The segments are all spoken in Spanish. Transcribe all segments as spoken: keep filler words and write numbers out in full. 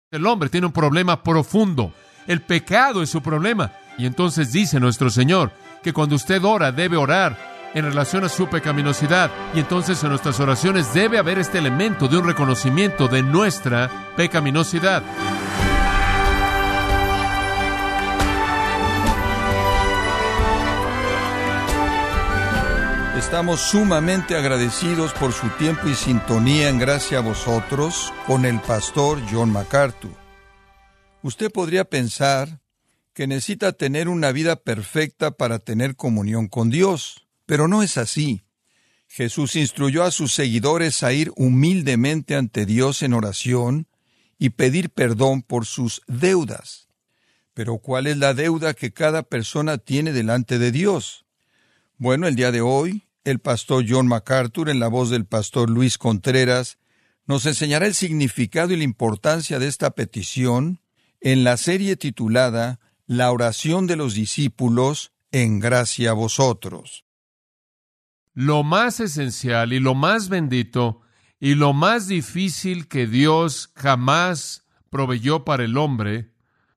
El hombre tiene un problema profundo. El pecado es su problema. Y entonces dice nuestro Señor que cuando usted ora, debe orar en relación a su pecaminosidad. Y entonces en nuestras oraciones debe haber este elemento de un reconocimiento de nuestra pecaminosidad. Estamos sumamente agradecidos por su tiempo y sintonía en Gracia a Vosotros con el pastor John MacArthur. Usted podría pensar que necesita tener una vida perfecta para tener comunión con Dios, pero no es así. Jesús instruyó a sus seguidores a ir humildemente ante Dios en oración y pedir perdón por sus deudas. Pero ¿cuál es la deuda que cada persona tiene delante de Dios? Bueno, el día de hoy, el pastor John MacArthur, en la voz del pastor Luis Contreras, nos enseñará el significado y la importancia de esta petición en la serie titulada La oración de los discípulos en Gracia a Vosotros. Lo más esencial y lo más bendito y lo más difícil que Dios jamás proveyó para el hombre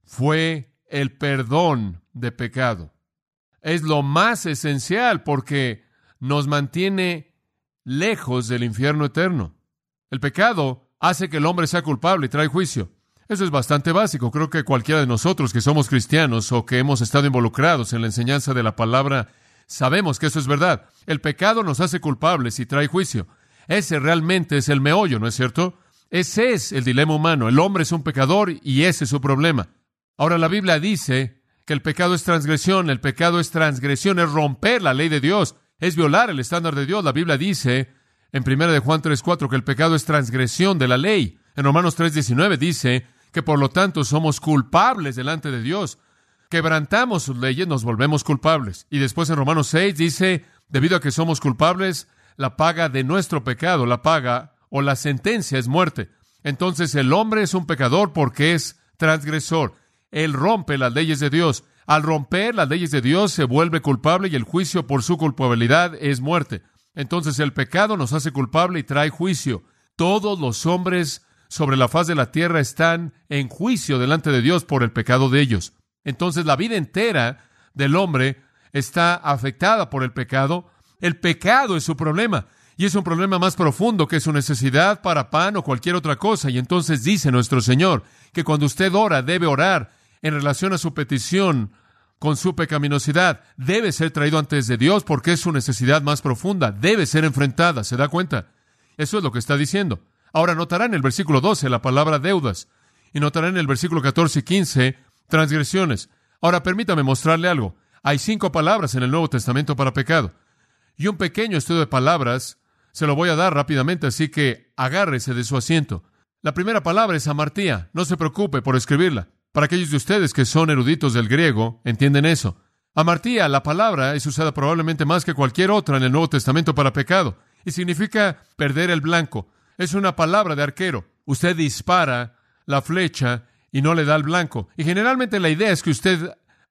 fue el perdón de pecado. Es lo más esencial porque nos mantiene lejos del infierno eterno. El pecado hace que el hombre sea culpable y trae juicio. Eso es bastante básico. Creo que cualquiera de nosotros que somos cristianos o que hemos estado involucrados en la enseñanza de la palabra, sabemos que eso es verdad. El pecado nos hace culpables y trae juicio. Ese realmente es el meollo, ¿no es cierto? Ese es el dilema humano. El hombre es un pecador y ese es su problema. Ahora, la Biblia dice que el pecado es transgresión. El pecado es transgresión, es romper la ley de Dios. Es violar el estándar de Dios. La Biblia dice en primera de Juan tres cuatro que el pecado es transgresión de la ley. En Romanos tres diecinueve dice que por lo tanto somos culpables delante de Dios. Quebrantamos sus leyes, nos volvemos culpables. Y después en Romanos seis dice, debido a que somos culpables, la paga de nuestro pecado, la paga o la sentencia es muerte. Entonces el hombre es un pecador porque es transgresor. Él rompe las leyes de Dios. Al romper las leyes de Dios se vuelve culpable y el juicio por su culpabilidad es muerte. Entonces el pecado nos hace culpable y trae juicio. Todos los hombres sobre la faz de la tierra están en juicio delante de Dios por el pecado de ellos. Entonces la vida entera del hombre está afectada por el pecado. El pecado es su problema y es un problema más profundo que su necesidad para pan o cualquier otra cosa. Y entonces dice nuestro Señor que cuando usted ora debe orar en relación a su petición con su pecaminosidad, debe ser traído antes de Dios porque es su necesidad más profunda, debe ser enfrentada, ¿se da cuenta? Eso es lo que está diciendo. Ahora notará en el versículo doce la palabra deudas, y notará en el versículo catorce y quince transgresiones. Ahora permítame mostrarle algo. Hay cinco palabras en el Nuevo Testamento para pecado, y un pequeño estudio de palabras se lo voy a dar rápidamente, así que agárrese de su asiento. La primera palabra es hamartía, no se preocupe por escribirla. Para aquellos de ustedes que son eruditos del griego, entienden eso. Hamartía, la palabra, es usada probablemente más que cualquier otra en el Nuevo Testamento para pecado, y significa perder el blanco. Es una palabra de arquero. Usted dispara la flecha y no le da el blanco. Y generalmente la idea es que usted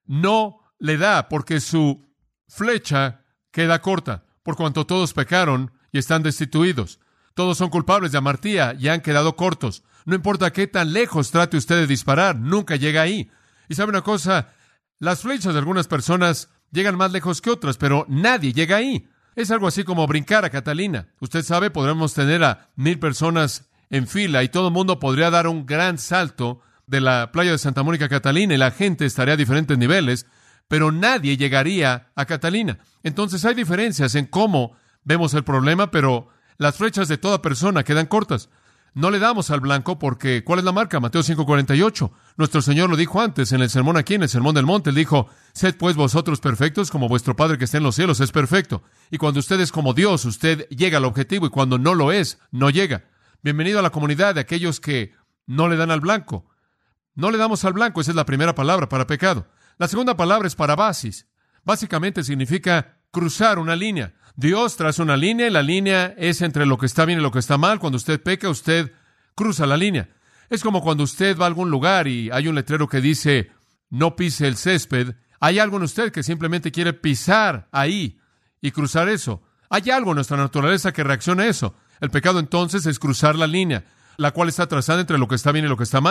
no le da porque su flecha queda corta, por cuanto todos pecaron y están destituidos. Todos son culpables de hamartía y han quedado cortos. No importa qué tan lejos trate usted de disparar, nunca llega ahí. Y sabe una cosa, las flechas de algunas personas llegan más lejos que otras, pero nadie llega ahí. Es algo así como brincar a Catalina. Usted sabe, podremos tener a mil personas en fila y todo el mundo podría dar un gran salto de la playa de Santa Mónica a Catalina y la gente estaría a diferentes niveles, pero nadie llegaría a Catalina. Entonces hay diferencias en cómo vemos el problema, pero las flechas de toda persona quedan cortas. No le damos al blanco porque, ¿cuál es la marca? Mateo cinco cuarenta y ocho. Nuestro Señor lo dijo antes en el sermón aquí, en el Sermón del Monte. Él dijo, sed pues vosotros perfectos como vuestro Padre que está en los cielos es perfecto. Y cuando usted es como Dios, usted llega al objetivo y cuando no lo es, no llega. Bienvenido a la comunidad de aquellos que no le dan al blanco. No le damos al blanco, esa es la primera palabra para pecado. La segunda palabra es parabasis. Básicamente significa cruzar una línea. Dios traza una línea y la línea es entre lo que está bien y lo que está mal. Cuando usted peca, usted cruza la línea. Es como cuando usted va a algún lugar y hay un letrero que dice, no pise el césped. Hay algo en usted que simplemente quiere pisar ahí y cruzar eso. Hay algo en nuestra naturaleza que reacciona a eso. El pecado entonces es cruzar la línea, la cual está trazada entre lo que está bien y lo que está mal.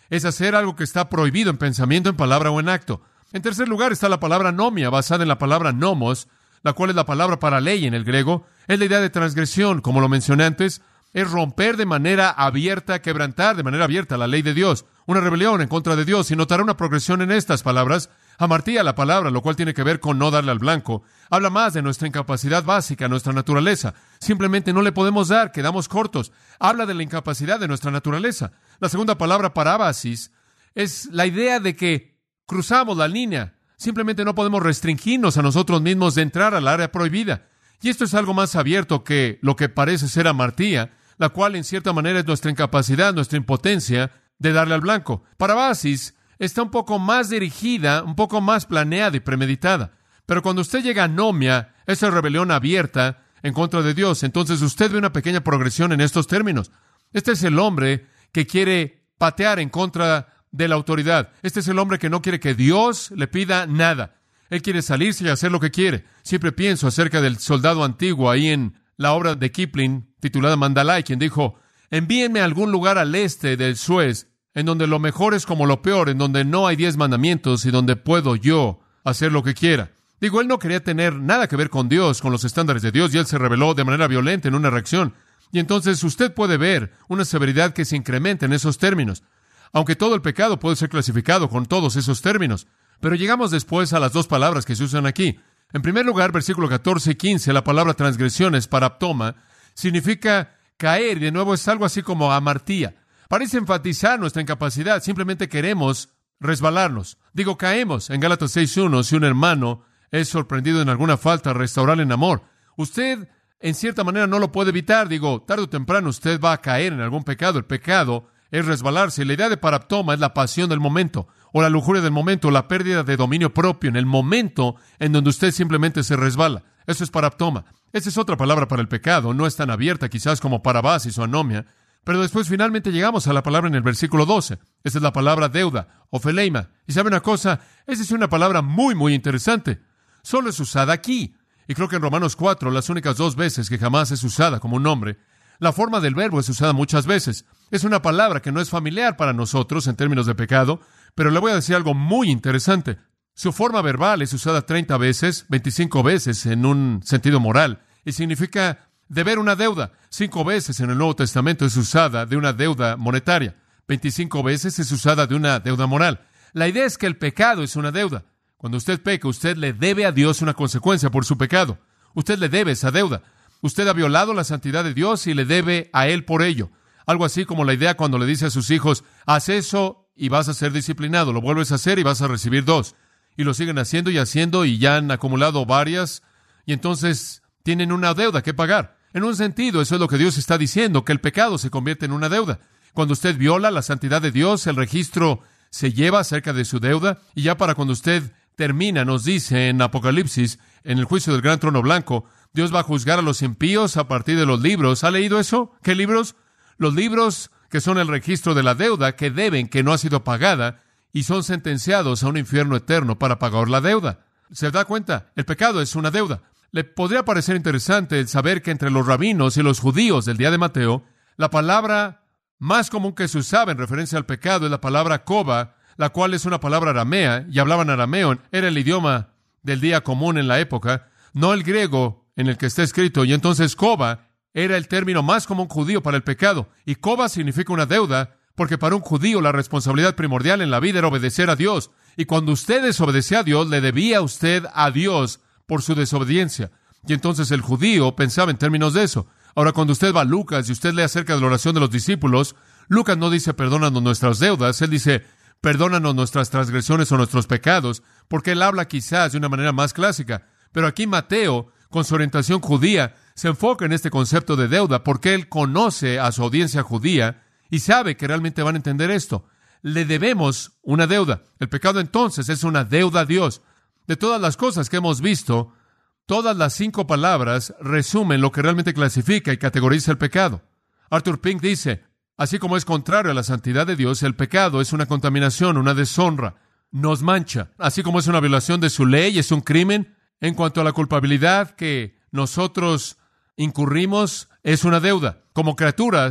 Es hacer algo que está prohibido en pensamiento, en palabra o en acto. En tercer lugar está la palabra nomia, basada en la palabra nomos, la cual es la palabra para ley en el griego. Es la idea de transgresión, como lo mencioné antes. Es romper de manera abierta, quebrantar de manera abierta la ley de Dios. Una rebelión en contra de Dios. Y notará una progresión en estas palabras. Amartía la palabra, lo cual tiene que ver con no darle al blanco. Habla más de nuestra incapacidad básica, nuestra naturaleza. Simplemente no le podemos dar, quedamos cortos. Habla de la incapacidad de nuestra naturaleza. La segunda palabra, parábasis, es la idea de que cruzamos la línea. Simplemente no podemos restringirnos a nosotros mismos de entrar al área prohibida. Y esto es algo más abierto que lo que parece ser amartía, la cual en cierta manera es nuestra incapacidad, nuestra impotencia de darle al blanco. Parábasis está un poco más dirigida, un poco más planeada y premeditada. Pero cuando usted llega a nomia, esa rebelión abierta en contra de Dios, entonces usted ve una pequeña progresión en estos términos. Este es el hombre que quiere patear en contra de la autoridad. Este es el hombre que no quiere que Dios le pida nada. Él quiere salirse y hacer lo que quiere. Siempre pienso acerca del soldado antiguo ahí en la obra de Kipling titulada Mandalay, quien dijo, envíenme a algún lugar al este del Suez, en donde lo mejor es como lo peor, en donde no hay diez mandamientos y donde puedo yo hacer lo que quiera. Digo, él no quería tener nada que ver con Dios, con los estándares de Dios, y él se rebeló de manera violenta en una reacción. Y entonces usted puede ver una severidad que se incrementa en esos términos, aunque todo el pecado puede ser clasificado con todos esos términos. Pero llegamos después a las dos palabras que se usan aquí. En primer lugar, versículo catorce y quince, la palabra transgresiones, paraptoma, significa caer, y de nuevo es algo así como amartía. Parece enfatizar nuestra incapacidad, simplemente queremos resbalarnos. Digo, caemos. En Gálatas seis uno, si un hermano es sorprendido en alguna falta, restaurarle en amor. Usted, en cierta manera, no lo puede evitar. Digo, tarde o temprano usted va a caer en algún pecado. El pecado es resbalarse. Y la idea de paraptoma es la pasión del momento, o la lujuria del momento, o la pérdida de dominio propio en el momento en donde usted simplemente se resbala. Eso es paraptoma. Esa es otra palabra para el pecado. No es tan abierta quizás como parabasis o anomia. Pero después finalmente llegamos a la palabra en el versículo doce. Esa es la palabra deuda o feleima. Y ¿sabe una cosa? Esa es una palabra muy, muy interesante. Solo es usada aquí. Y creo que en Romanos cuatro, las únicas dos veces que jamás es usada como un nombre, la forma del verbo es usada muchas veces. Es una palabra que no es familiar para nosotros en términos de pecado, pero le voy a decir algo muy interesante. Su forma verbal es usada treinta veces, veinticinco veces en un sentido moral, y significa deber una deuda. Cinco veces en el Nuevo Testamento es usada de una deuda monetaria. Veinticinco veces es usada de una deuda moral. La idea es que el pecado es una deuda. Cuando usted peca, usted le debe a Dios una consecuencia por su pecado. Usted le debe esa deuda. Usted ha violado la santidad de Dios y le debe a Él por ello. Algo así como la idea cuando le dice a sus hijos, haz eso y vas a ser disciplinado. Lo vuelves a hacer y vas a recibir dos. Y lo siguen haciendo y haciendo y ya han acumulado varias. Y entonces tienen una deuda que pagar. En un sentido, eso es lo que Dios está diciendo, que el pecado se convierte en una deuda. Cuando usted viola la santidad de Dios, el registro se lleva acerca de su deuda, y ya para cuando usted termina, nos dice en Apocalipsis, en el juicio del gran trono blanco, Dios va a juzgar a los impíos a partir de los libros. ¿Ha leído eso? ¿Qué libros? Los libros que son el registro de la deuda que deben, que no ha sido pagada, y son sentenciados a un infierno eterno para pagar la deuda. ¿Se da cuenta? El pecado es una deuda. Le podría parecer interesante el saber que entre los rabinos y los judíos del día de Mateo, la palabra más común que se usaba en referencia al pecado es la palabra koba, la cual es una palabra aramea, y hablaban arameo, era el idioma del día común en la época, no el griego en el que está escrito, y entonces koba era el término más común judío para el pecado, y koba significa una deuda, porque para un judío la responsabilidad primordial en la vida era obedecer a Dios, y cuando usted desobedecía a Dios, le debía usted a Dios por su desobediencia. Y entonces el judío pensaba en términos de eso. Ahora, cuando usted va a Lucas y usted lee acerca de la oración de los discípulos, Lucas no dice perdónanos nuestras deudas, él dice perdónanos nuestras transgresiones o nuestros pecados, porque él habla quizás de una manera más clásica. Pero aquí Mateo, con su orientación judía, se enfoca en este concepto de deuda, porque él conoce a su audiencia judía y sabe que realmente van a entender esto. Le debemos una deuda. El pecado entonces es una deuda a Dios. De todas las cosas que hemos visto, todas las cinco palabras resumen lo que realmente clasifica y categoriza el pecado. Arthur Pink dice, así como es contrario a la santidad de Dios, el pecado es una contaminación, una deshonra, nos mancha. Así como es una violación de su ley, es un crimen. En cuanto a la culpabilidad que nosotros incurrimos, es una deuda. Como criaturas,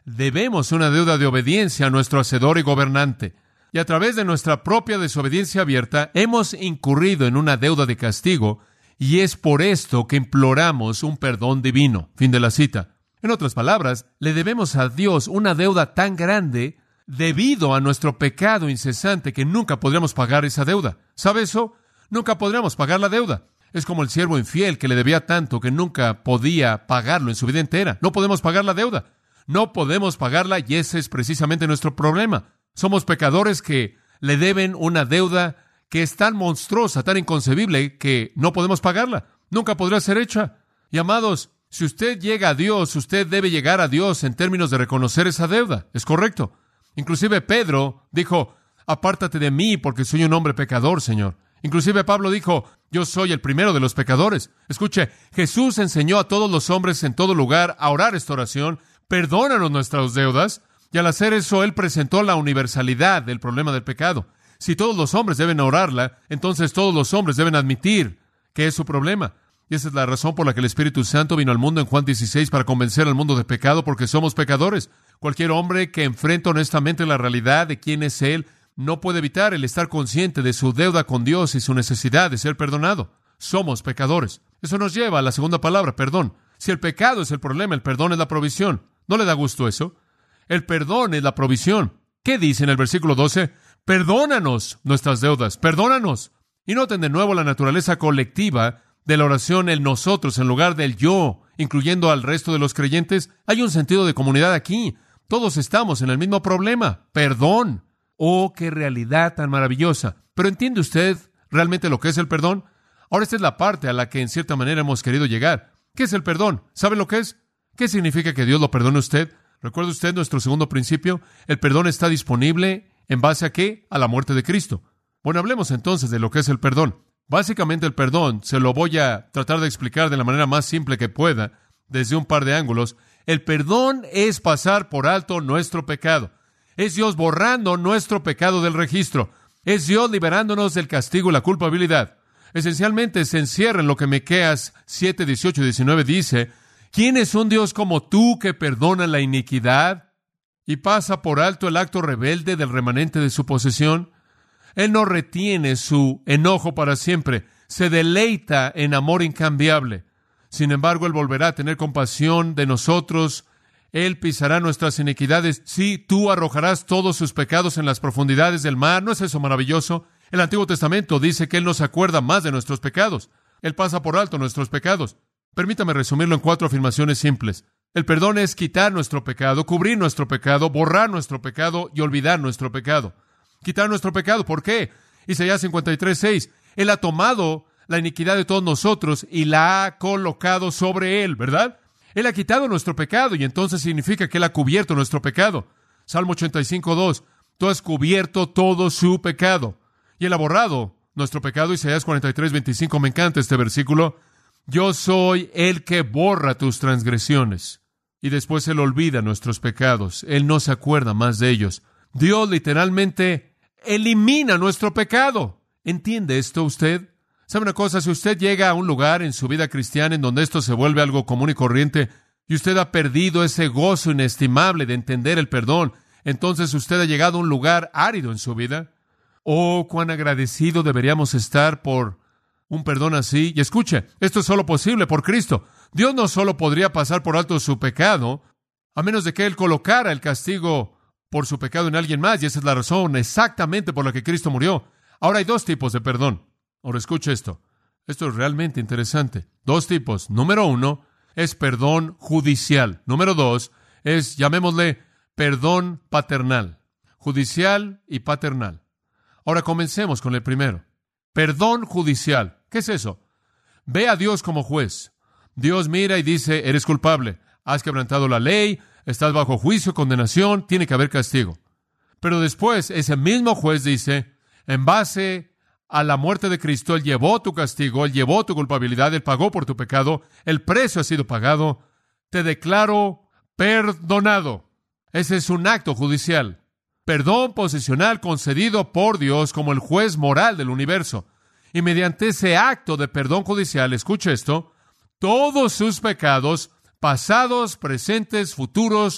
debemos una deuda de obediencia a nuestro hacedor y gobernante. Y a través de nuestra propia desobediencia abierta, hemos incurrido en una deuda de castigo, y es por esto que imploramos un perdón divino. Fin de la cita. En otras palabras, le debemos a Dios una deuda tan grande debido a nuestro pecado incesante que nunca podríamos pagar esa deuda. ¿Sabe eso? Nunca podríamos pagar la deuda. Es como el siervo infiel que le debía tanto que nunca podía pagarlo en su vida entera. No podemos pagar la deuda. No podemos pagarla y ese es precisamente nuestro problema. Somos pecadores que le deben una deuda que es tan monstruosa, tan inconcebible, que no podemos pagarla. Nunca podrá ser hecha. Y amados, si usted llega a Dios, usted debe llegar a Dios en términos de reconocer esa deuda. ¿Es correcto? Inclusive Pedro dijo, apártate de mí porque soy un hombre pecador, Señor. Inclusive Pablo dijo, yo soy el primero de los pecadores. Escuche, Jesús enseñó a todos los hombres en todo lugar a orar esta oración, perdónanos nuestras deudas, y al hacer eso, Él presentó la universalidad del problema del pecado. Si todos los hombres deben orarla, entonces todos los hombres deben admitir que es su problema. Y esa es la razón por la que el Espíritu Santo vino al mundo en Juan dieciséis para convencer al mundo de pecado, porque somos pecadores. Cualquier hombre que enfrenta honestamente la realidad de quién es Él, no puede evitar el estar consciente de su deuda con Dios y su necesidad de ser perdonado. Somos pecadores. Eso nos lleva a la segunda palabra, perdón. Si el pecado es el problema, el perdón es la provisión. ¿No le da gusto eso? El perdón es la provisión. ¿Qué dice en el versículo doce? Perdónanos nuestras deudas, perdónanos. Y noten de nuevo la naturaleza colectiva de la oración, el nosotros en lugar del yo, incluyendo al resto de los creyentes. Hay un sentido de comunidad aquí. Todos estamos en el mismo problema, perdón. ¡Oh, qué realidad tan maravillosa! Pero ¿entiende usted realmente lo que es el perdón? Ahora esta es la parte a la que en cierta manera hemos querido llegar. ¿Qué es el perdón? ¿Sabe lo que es? ¿Qué significa que Dios lo perdone a usted? ¿Recuerda usted nuestro segundo principio? El perdón está disponible ¿en base a qué? A la muerte de Cristo. Bueno, hablemos entonces de lo que es el perdón. Básicamente el perdón, se lo voy a tratar de explicar de la manera más simple que pueda, desde un par de ángulos. El perdón es pasar por alto nuestro pecado. Es Dios borrando nuestro pecado del registro. Es Dios liberándonos del castigo y la culpabilidad. Esencialmente se encierra en lo que Miqueas siete, dieciocho y diecinueve dice: ¿quién es un Dios como tú que perdona la iniquidad y pasa por alto el acto rebelde del remanente de su posesión? Él no retiene su enojo para siempre, se deleita en amor incambiable. Sin embargo, Él volverá a tener compasión de nosotros. Él pisará nuestras iniquidades. Sí, tú arrojarás todos sus pecados en las profundidades del mar. ¿No es eso maravilloso? El Antiguo Testamento dice que Él no se acuerda más de nuestros pecados. Él pasa por alto nuestros pecados. Permítame resumirlo en cuatro afirmaciones simples. El perdón es quitar nuestro pecado, cubrir nuestro pecado, borrar nuestro pecado y olvidar nuestro pecado. Quitar nuestro pecado. ¿Por qué? Isaías cincuenta y tres, seis. Él ha tomado la iniquidad de todos nosotros y la ha colocado sobre Él, ¿verdad? Él ha quitado nuestro pecado y entonces significa que Él ha cubierto nuestro pecado. Salmo ochenta y cinco, dos. Tú has cubierto todo su pecado. Y Él ha borrado nuestro pecado. Isaías cuarenta y tres, veinticinco. Me encanta este versículo. Yo soy el que borra tus transgresiones. Y después Él olvida nuestros pecados. Él no se acuerda más de ellos. Dios literalmente elimina nuestro pecado. ¿Entiende esto usted? ¿Sabe una cosa? Si usted llega a un lugar en su vida cristiana en donde esto se vuelve algo común y corriente y usted ha perdido ese gozo inestimable de entender el perdón, entonces usted ha llegado a un lugar árido en su vida. Oh, cuán agradecido deberíamos estar por un perdón así. Y escuche, esto es solo posible por Cristo. Dios no solo podría pasar por alto su pecado, a menos de que Él colocara el castigo por su pecado en alguien más, y esa es la razón exactamente por la que Cristo murió. Ahora hay dos tipos de perdón. Ahora escuche esto. Esto es realmente interesante. Dos tipos. Número uno es perdón judicial. Número dos es, llamémosle, perdón paternal. Judicial y paternal. Ahora comencemos con el primero. Perdón judicial. ¿Qué es eso? Ve a Dios como juez. Dios mira y dice, eres culpable. Has quebrantado la ley, estás bajo juicio, condenación, tiene que haber castigo. Pero después, ese mismo juez dice, en base a la muerte de Cristo, Él llevó tu castigo, Él llevó tu culpabilidad, Él pagó por tu pecado, el precio ha sido pagado, te declaro perdonado. Ese es un acto judicial. Perdón posicional concedido por Dios como el juez moral del universo. Y mediante ese acto de perdón judicial, escuche esto, todos sus pecados, pasados, presentes, futuros,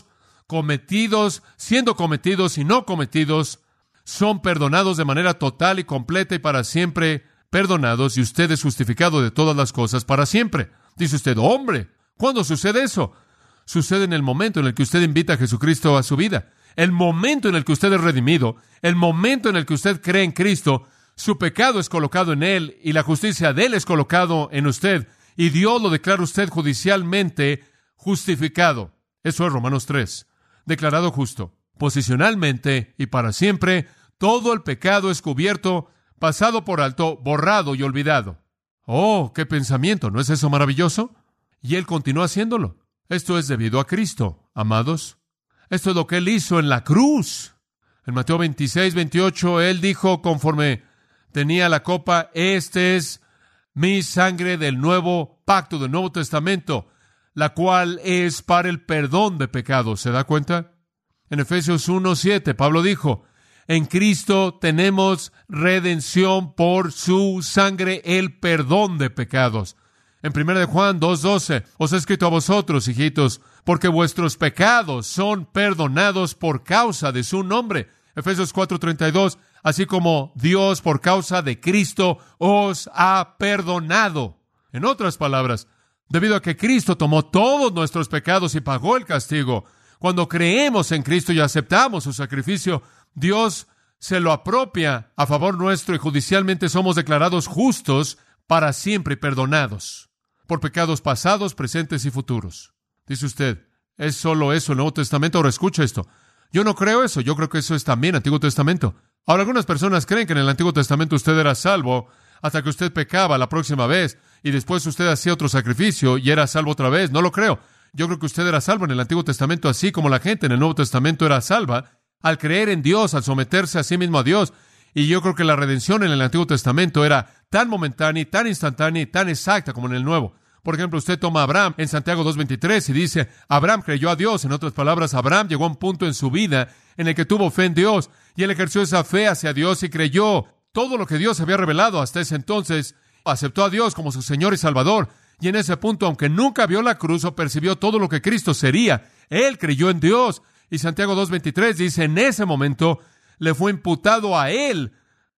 cometidos, siendo cometidos y no cometidos, son perdonados de manera total y completa y para siempre perdonados, y usted es justificado de todas las cosas para siempre. Dice usted, hombre, ¿cuándo sucede eso? Sucede en el momento en el que usted invita a Jesucristo a su vida, el momento en el que usted es redimido, el momento en el que usted cree en Cristo. Su pecado es colocado en Él y la justicia de Él es colocado en usted, y Dios lo declara usted judicialmente justificado. Eso es Romanos tres. Declarado justo, posicionalmente y para siempre. Todo el pecado es cubierto, pasado por alto, borrado y olvidado. ¡Oh, qué pensamiento! ¿No es eso maravilloso? Y Él continúa haciéndolo. Esto es debido a Cristo, amados. Esto es lo que Él hizo en la cruz. En Mateo veintiséis, veintiocho, Él dijo, conforme tenía la copa, este es mi sangre del nuevo pacto, del Nuevo Testamento, la cual es para el perdón de pecados. ¿Se da cuenta? En Efesios uno, siete, Pablo dijo, en Cristo tenemos redención por su sangre, el perdón de pecados. En primera de Juan dos, doce, os he escrito a vosotros, hijitos, porque vuestros pecados son perdonados por causa de su nombre. Efesios cuatro, treinta y dos, así como Dios por causa de Cristo os ha perdonado. En otras palabras, debido a que Cristo tomó todos nuestros pecados y pagó el castigo, cuando creemos en Cristo y aceptamos su sacrificio, Dios se lo apropia a favor nuestro y judicialmente somos declarados justos para siempre y perdonados por pecados pasados, presentes y futuros. Dice usted, ¿es solo eso el Nuevo Testamento? Ahora escucha esto. Yo no creo eso. Yo creo que eso es también Antiguo Testamento. Ahora, algunas personas creen que en el Antiguo Testamento usted era salvo hasta que usted pecaba la próxima vez y después usted hacía otro sacrificio y era salvo otra vez. No lo creo. Yo creo que usted era salvo en el Antiguo Testamento, así como la gente en el Nuevo Testamento era salva al creer en Dios, al someterse a sí mismo a Dios. Y yo creo que la redención en el Antiguo Testamento era tan momentánea, tan instantánea y tan exacta como en el Nuevo. Por ejemplo, usted toma a Abraham en Santiago dos veintitrés y dice, Abraham creyó a Dios. En otras palabras, Abraham llegó a un punto en su vida en el que tuvo fe en Dios y él ejerció esa fe hacia Dios y creyó todo lo que Dios había revelado hasta ese entonces. Aceptó a Dios como su Señor y Salvador. Y en ese punto, aunque nunca vio la cruz o percibió todo lo que Cristo sería, él creyó en Dios. Y Santiago dos veintitrés dice, en ese momento le fue imputado a él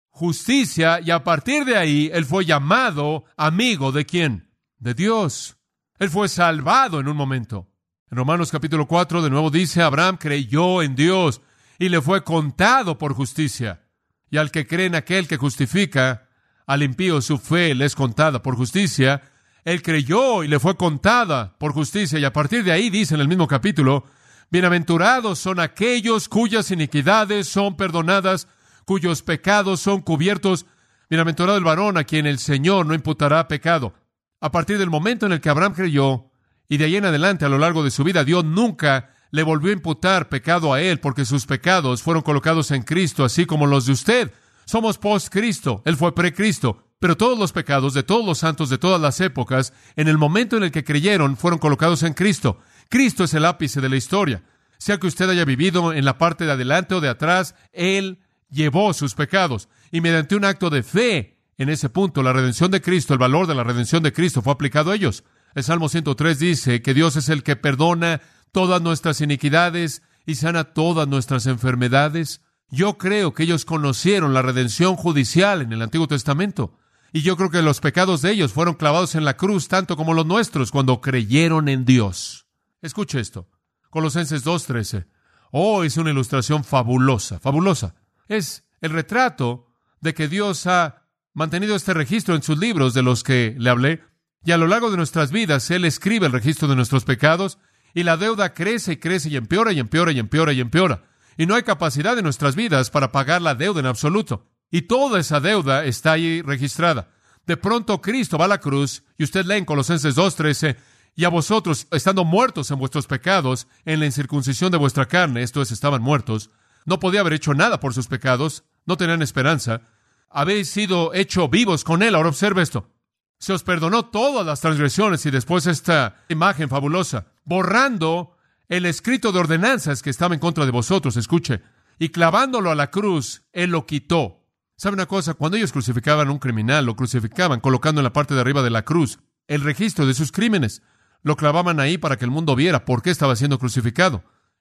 justicia y a partir de ahí él fue llamado amigo ¿de quién? De Dios. Él fue salvado en un momento. En Romanos capítulo cuatro de nuevo dice, Abraham creyó en Dios y le fue contado por justicia. Y al que cree en aquel que justifica, al impío su fe le es contada por justicia. Él creyó y le fue contada por justicia. Y a partir de ahí dice en el mismo capítulo, bienaventurados son aquellos cuyas iniquidades son perdonadas, cuyos pecados son cubiertos. Bienaventurado el varón a quien el Señor no imputará pecado. A partir del momento en el que Abraham creyó, y de ahí en adelante a lo largo de su vida, Dios nunca le volvió a imputar pecado a él, porque sus pecados fueron colocados en Cristo, así como los de usted. Somos post-Cristo, él fue pre-Cristo, pero todos los pecados de todos los santos de todas las épocas, en el momento en el que creyeron, fueron colocados en Cristo. Cristo es el ápice de la historia. Sea que usted haya vivido en la parte de adelante o de atrás, Él llevó sus pecados, y mediante un acto de fe, en ese punto, la redención de Cristo, el valor de la redención de Cristo fue aplicado a ellos. El Salmo ciento tres dice que Dios es el que perdona todas nuestras iniquidades y sana todas nuestras enfermedades. Yo creo que ellos conocieron la redención judicial en el Antiguo Testamento. Y yo creo que los pecados de ellos fueron clavados en la cruz tanto como los nuestros cuando creyeron en Dios. Escuche esto. Colosenses dos trece. Oh, es una ilustración fabulosa, fabulosa. Es el retrato de que Dios ha mantenido este registro en sus libros de los que le hablé. Y a lo largo de nuestras vidas, Él escribe el registro de nuestros pecados y la deuda crece y crece y empeora y empeora y empeora y empeora. Y no hay capacidad en nuestras vidas para pagar la deuda en absoluto. Y toda esa deuda está ahí registrada. De pronto Cristo va a la cruz y usted lee en Colosenses dos trece, y a vosotros, estando muertos en vuestros pecados, en la incircuncisión de vuestra carne, esto es, estaban muertos, no podía haber hecho nada por sus pecados, no tenían esperanza, habéis sido hecho vivos con Él. Ahora observe esto. Se os perdonó todas las transgresiones y después esta imagen fabulosa, borrando el escrito de ordenanzas que estaba en contra de vosotros, escuche, y clavándolo a la cruz, Él lo quitó. ¿Sabe una cosa? Cuando ellos crucificaban a un criminal, lo crucificaban colocando en la parte de arriba de la cruz el registro de sus crímenes. Lo clavaban ahí para que el mundo viera por qué estaba siendo crucificado.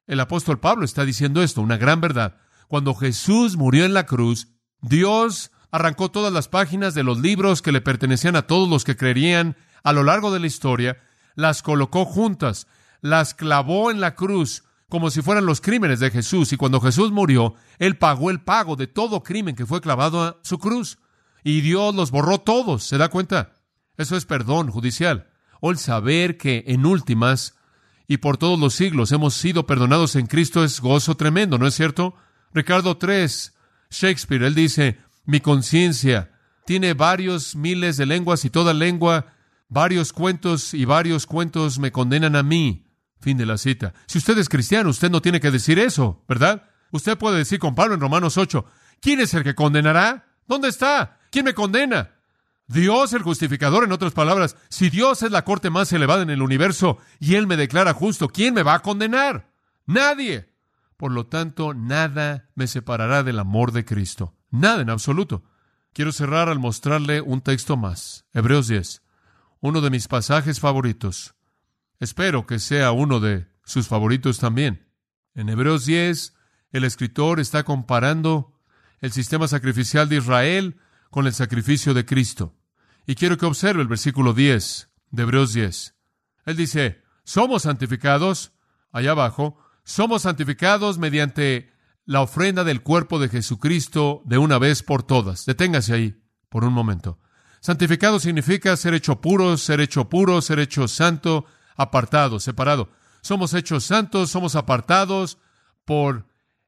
El apóstol Pablo está diciendo esto, una gran verdad. Cuando Jesús murió en la cruz, Dios arrancó todas las páginas de los libros que le pertenecían a todos los que creerían a lo largo de la historia, las colocó juntas, las clavó en la cruz como si fueran los crímenes de Jesús. Y cuando Jesús murió, Él pagó el pago de todo crimen que fue clavado a su cruz. Y Dios los borró todos, ¿se da cuenta? Eso es perdón judicial. O el saber que en últimas y por todos los siglos hemos sido perdonados en Cristo es gozo tremendo, ¿no es cierto? Ricardo tres, Shakespeare, él dice, mi conciencia tiene varios miles de lenguas y toda lengua, varios cuentos y varios cuentos me condenan a mí. Fin de la cita. Si usted es cristiano, usted no tiene que decir eso, ¿verdad? Usted puede decir con Pablo en Romanos ocho, ¿quién es el que condenará? ¿Dónde está? ¿Quién me condena? Dios, el justificador, en otras palabras. Si Dios es la corte más elevada en el universo y Él me declara justo, ¿quién me va a condenar? Nadie. Por lo tanto, nada me separará del amor de Cristo. Nada en absoluto. Quiero cerrar al mostrarle un texto más. Hebreos diez. Uno de mis pasajes favoritos. Espero que sea uno de sus favoritos también. En Hebreos diez, el escritor está comparando el sistema sacrificial de Israel con el sacrificio de Cristo. Y quiero que observe el versículo diez de Hebreos diez. Él dice, somos santificados, allá abajo, somos santificados mediante la ofrenda del cuerpo de Jesucristo de una vez por todas. Deténgase ahí por un momento. Santificado significa ser hecho puro, ser hecho puro, ser hecho santo, apartado, separado. Somos hechos santos, somos apartados por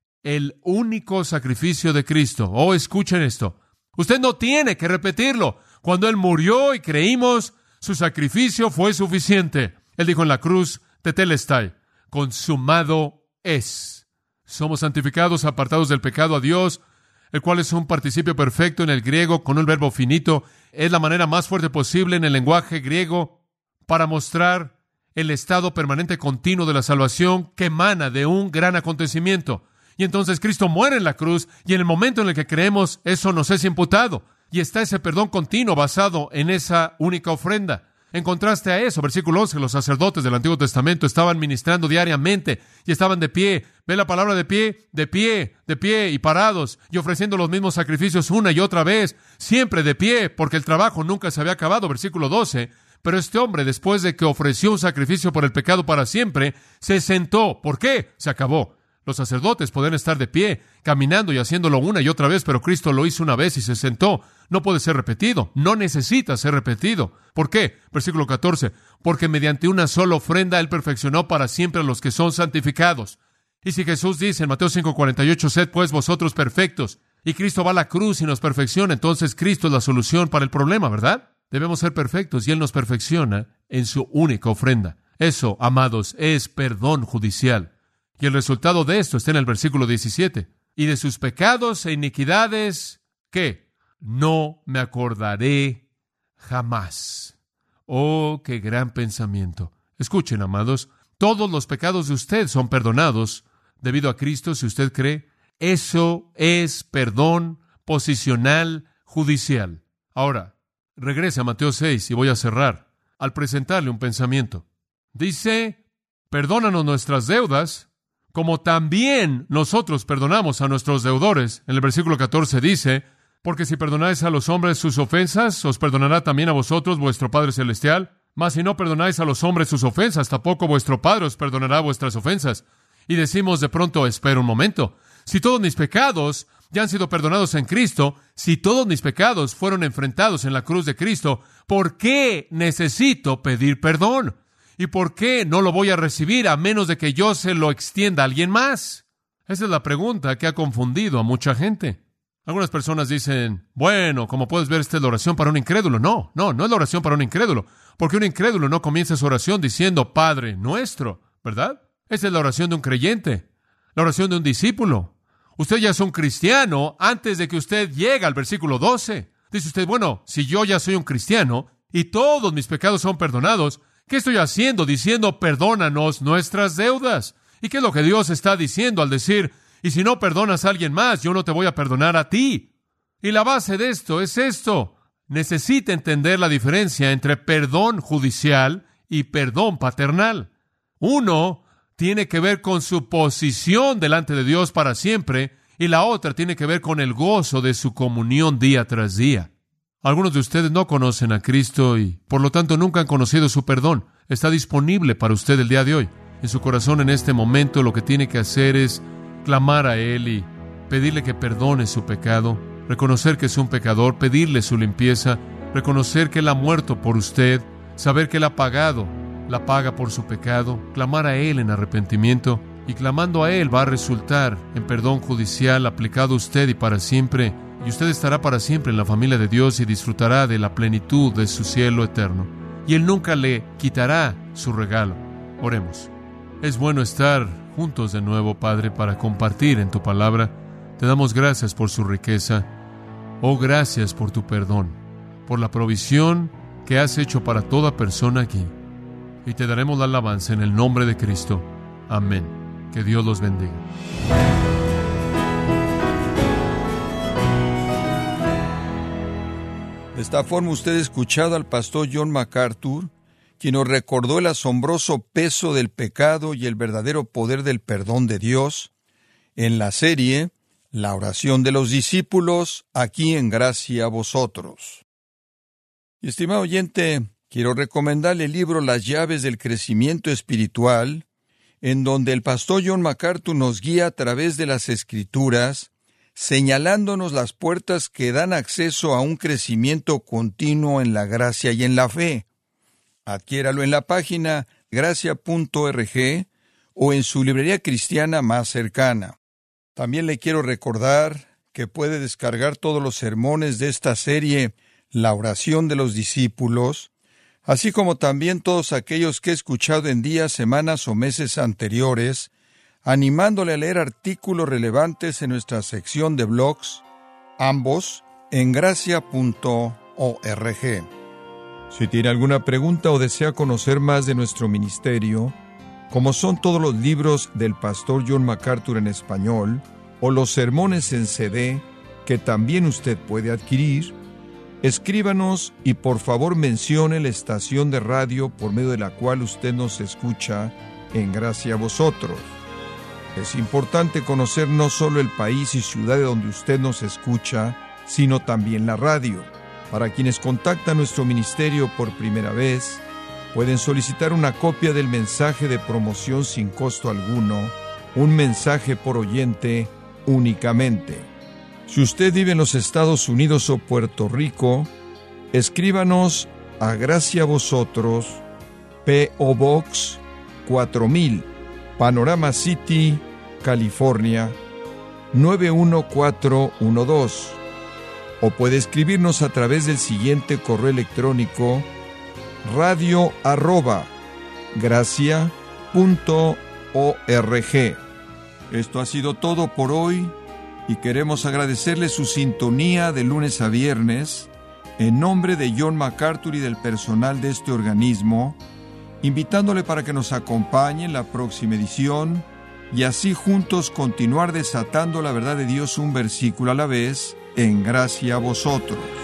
el único sacrificio de Cristo. Oh, escuchen esto. Usted no tiene que repetirlo. Cuando Él murió y creímos, su sacrificio fue suficiente. Él dijo en la cruz, tetelestai, consumado es. Somos santificados, apartados del pecado a Dios, el cual es un participio perfecto en el griego con un verbo finito. Es la manera más fuerte posible en el lenguaje griego para mostrar el estado permanente continuo de la salvación que emana de un gran acontecimiento. Y entonces Cristo muere en la cruz y en el momento en el que creemos, eso nos es imputado. Y está ese perdón continuo basado en esa única ofrenda. En contraste a eso, versículo once, los sacerdotes del Antiguo Testamento estaban ministrando diariamente y estaban de pie. ¿Ve la palabra de pie? De pie, de pie y parados y ofreciendo los mismos sacrificios una y otra vez, siempre de pie, porque el trabajo nunca se había acabado. Versículo doce. Pero este hombre, después de que ofreció un sacrificio por el pecado para siempre, se sentó. ¿Por qué? Se acabó. Los sacerdotes pueden estar de pie, caminando y haciéndolo una y otra vez, pero Cristo lo hizo una vez y se sentó. No puede ser repetido, no necesita ser repetido. ¿Por qué? Versículo catorce. Porque mediante una sola ofrenda Él perfeccionó para siempre a los que son santificados. Y si Jesús dice en Mateo cinco cuarenta y ocho, sed pues vosotros perfectos, y Cristo va a la cruz y nos perfecciona, entonces Cristo es la solución para el problema, ¿verdad? Debemos ser perfectos y Él nos perfecciona en su única ofrenda. Eso, amados, es perdón judicial. Y el resultado de esto está en el versículo diecisiete. Y de sus pecados e iniquidades, ¿qué? No me acordaré jamás. Oh, qué gran pensamiento. Escuchen, amados, todos los pecados de usted son perdonados debido a Cristo, si usted cree. Eso es perdón posicional judicial. Ahora, regrese a Mateo seis y voy a cerrar al presentarle un pensamiento. Dice, perdónanos nuestras deudas, como también nosotros perdonamos a nuestros deudores. En el versículo catorce dice, porque si perdonáis a los hombres sus ofensas, os perdonará también a vosotros vuestro Padre Celestial. Mas si no perdonáis a los hombres sus ofensas, tampoco vuestro Padre os perdonará vuestras ofensas. Y decimos de pronto, espera un momento, si todos mis pecados ya han sido perdonados en Cristo, si todos mis pecados fueron enfrentados en la cruz de Cristo, ¿por qué necesito pedir perdón? ¿Y por qué no lo voy a recibir a menos de que yo se lo extienda a alguien más? Esa es la pregunta que ha confundido a mucha gente. Algunas personas dicen, bueno, como puedes ver, esta es la oración para un incrédulo. No, no, no es la oración para un incrédulo, porque un incrédulo no comienza su oración diciendo Padre Nuestro, ¿verdad? Esa es la oración de un creyente, la oración de un discípulo. Usted ya es un cristiano antes de que usted llegue al versículo doce. Dice usted, bueno, si yo ya soy un cristiano y todos mis pecados son perdonados, ¿qué estoy haciendo? Diciendo, perdónanos nuestras deudas. ¿Y qué es lo que Dios está diciendo al decir, y si no perdonas a alguien más, yo no te voy a perdonar a ti? Y la base de esto es esto. Necesita entender la diferencia entre perdón judicial y perdón paternal. Uno tiene que ver con su posición delante de Dios para siempre, y la otra tiene que ver con el gozo de su comunión día tras día. Algunos de ustedes no conocen a Cristo y, por lo tanto, nunca han conocido su perdón. Está disponible para usted el día de hoy. En su corazón, en este momento, lo que tiene que hacer es clamar a Él y pedirle que perdone su pecado, reconocer que es un pecador, pedirle su limpieza, reconocer que Él ha muerto por usted, saber que Él ha pagado la paga por su pecado, clamar a Él en arrepentimiento, y clamando a Él va a resultar en perdón judicial aplicado a usted y para siempre, y usted estará para siempre en la familia de Dios y disfrutará de la plenitud de su cielo eterno. Y Él nunca le quitará su regalo. Oremos. Es bueno estar juntos de nuevo, Padre, para compartir en tu palabra. Te damos gracias por su riqueza. Oh, gracias por tu perdón, por la provisión que has hecho para toda persona aquí. Y te daremos la alabanza en el nombre de Cristo. Amén. Que Dios los bendiga. De esta forma usted ha escuchado al pastor John MacArthur, quien nos recordó el asombroso peso del pecado y el verdadero poder del perdón de Dios, en la serie La oración de los discípulos, aquí en Gracia a Vosotros. Y estimado oyente, quiero recomendarle el libro Las llaves del crecimiento espiritual, en donde el pastor John MacArthur nos guía a través de las Escrituras, señalándonos las puertas que dan acceso a un crecimiento continuo en la gracia y en la fe. Adquiéralo en la página gracia punto org o en su librería cristiana más cercana. También le quiero recordar que puede descargar todos los sermones de esta serie, La oración de los discípulos, así como también todos aquellos que he escuchado en días, semanas o meses anteriores, animándole a leer artículos relevantes en nuestra sección de blogs, ambos en gracia punto org. Si tiene alguna pregunta o desea conocer más de nuestro ministerio, como son todos los libros del pastor John MacArthur en español, o los sermones en C D, que también usted puede adquirir, escríbanos y por favor mencione la estación de radio por medio de la cual usted nos escucha en Gracia a Vosotros. Es importante conocer no solo el país y ciudad de donde usted nos escucha, sino también la radio. Para quienes contactan nuestro ministerio por primera vez, pueden solicitar una copia del mensaje de promoción sin costo alguno, un mensaje por oyente únicamente. Si usted vive en los Estados Unidos o Puerto Rico, escríbanos a Gracia a Vosotros, P O Box cuatro mil, Panorama City, California, nueve uno cuatro uno dos. O puede escribirnos a través del siguiente correo electrónico, radio arroba gracia punto org. Esto ha sido todo por hoy y queremos agradecerle su sintonía de lunes a viernes en nombre de John MacArthur y del personal de este organismo, invitándole para que nos acompañe en la próxima edición y así juntos continuar desatando la verdad de Dios un versículo a la vez en Gracia a Vosotros.